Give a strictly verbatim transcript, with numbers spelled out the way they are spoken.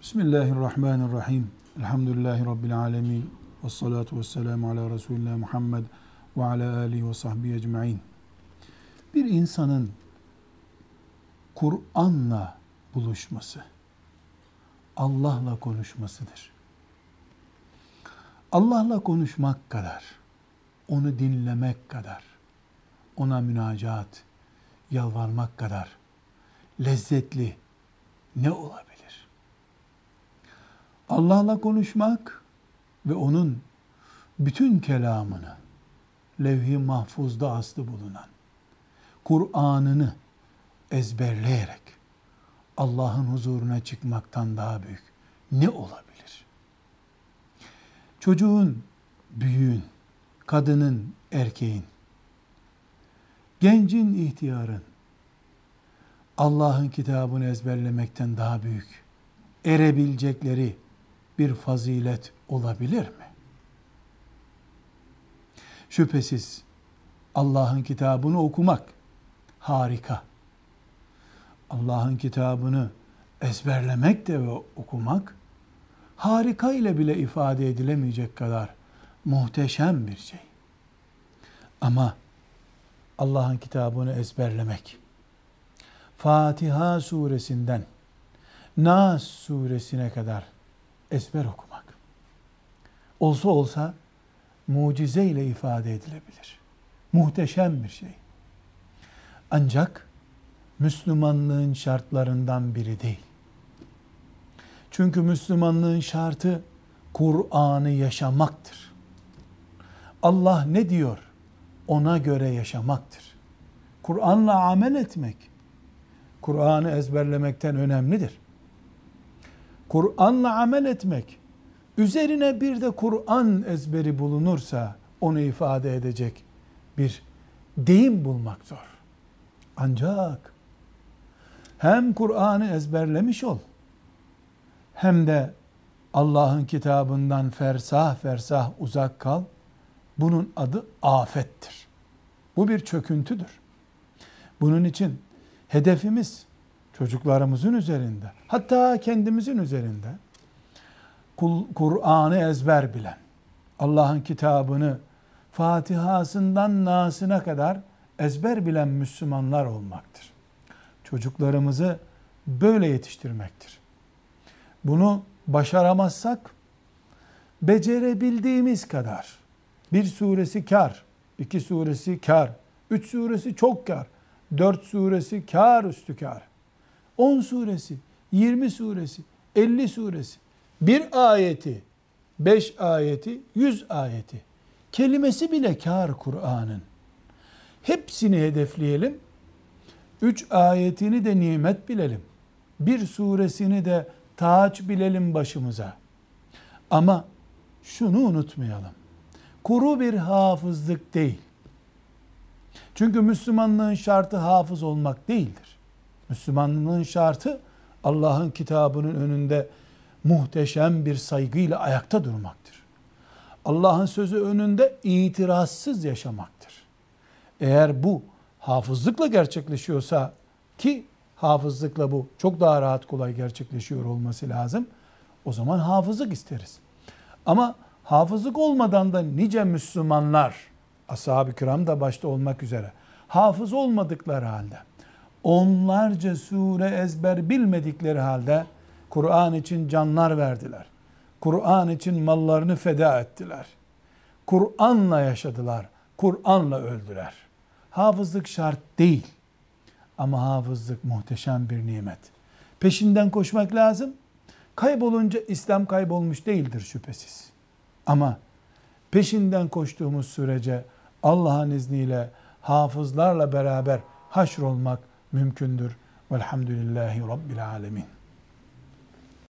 Bismillahirrahmanirrahim. Elhamdülillahi Rabbil alemin. Vessalatu vesselamu ala Resulullah Muhammed ve ala alihi ve sahbihi ecma'in. Bir insanın Kur'an'la buluşması, Allah'la konuşmasıdır. Allah'la konuşmak kadar, onu dinlemek kadar, ona münacat, yalvarmak kadar lezzetli ne olabilir? Allah'la konuşmak ve onun bütün kelamını, levh-i mahfuzda aslı bulunan Kur'an'ını ezberleyerek Allah'ın huzuruna çıkmaktan daha büyük ne olabilir? Çocuğun, büyüğün, kadının, erkeğin, gencin, ihtiyarın Allah'ın kitabını ezberlemekten daha büyük erebilecekleri bir fazilet olabilir mi? Şüphesiz Allah'ın kitabını okumak harika. Allah'ın kitabını ezberlemek de ve okumak harika ile bile ifade edilemeyecek kadar muhteşem bir şey. Ama Allah'ın kitabını ezberlemek, Fatiha suresinden Nas suresine kadar ezber okumak, olsa olsa mucize ile ifade edilebilir. Muhteşem bir şey. Ancak Müslümanlığın şartlarından biri değil. Çünkü Müslümanlığın şartı Kur'an'ı yaşamaktır. Allah ne diyor? Ona göre yaşamaktır. Kur'an'la amel etmek, Kur'an'ı ezberlemekten önemlidir. Kur'an'la amel etmek, üzerine bir de Kur'an ezberi bulunursa onu ifade edecek bir deyim bulmak zor. Ancak hem Kur'an'ı ezberlemiş ol, hem de Allah'ın kitabından fersah fersah uzak kal, bunun adı afettir. Bu bir çöküntüdür. Bunun için hedefimiz çocuklarımızın üzerinde, hatta kendimizin üzerinde Kur'an'ı ezber bilen, Allah'ın kitabını Fatiha'sından Nas'ına kadar ezber bilen Müslümanlar olmaktır. Çocuklarımızı böyle yetiştirmektir. Bunu başaramazsak, becerebildiğimiz kadar, bir suresi kar, iki suresi kar, üç suresi çok kar, dört suresi kar üstü kar, on suresi, yirmi suresi, elli suresi, bir ayeti, beş ayeti, yüz ayeti, kelimesi bile kar Kur'an'ın. Hepsini hedefleyelim. Üç ayetini de nimet bilelim. Bir suresini de taç bilelim başımıza. Ama şunu unutmayalım. Kuru bir hafızlık değil. Çünkü Müslümanlığın şartı hafız olmak değildir. Müslümanlığın şartı Allah'ın kitabının önünde muhteşem bir saygıyla ayakta durmaktır. Allah'ın sözü önünde itirazsız yaşamaktır. Eğer bu hafızlıkla gerçekleşiyorsa, ki hafızlıkla bu çok daha rahat kolay gerçekleşiyor olması lazım, o zaman hafızlık isteriz. Ama hafızlık olmadan da nice Müslümanlar, ashab-ı kiram da başta olmak üzere, hafız olmadıkları halde, onlarca sure ezber bilmedikleri halde Kur'an için canlar verdiler. Kur'an için mallarını feda ettiler. Kur'an'la yaşadılar. Kur'an'la öldüler. Hafızlık şart değil. Ama hafızlık muhteşem bir nimet. Peşinden koşmak lazım. Kaybolunca İslam kaybolmuş değildir şüphesiz. Ama peşinden koştuğumuz sürece Allah'ın izniyle hafızlarla beraber haşrolmak mümkündür. Velhamdülillahi Rabbil alemin.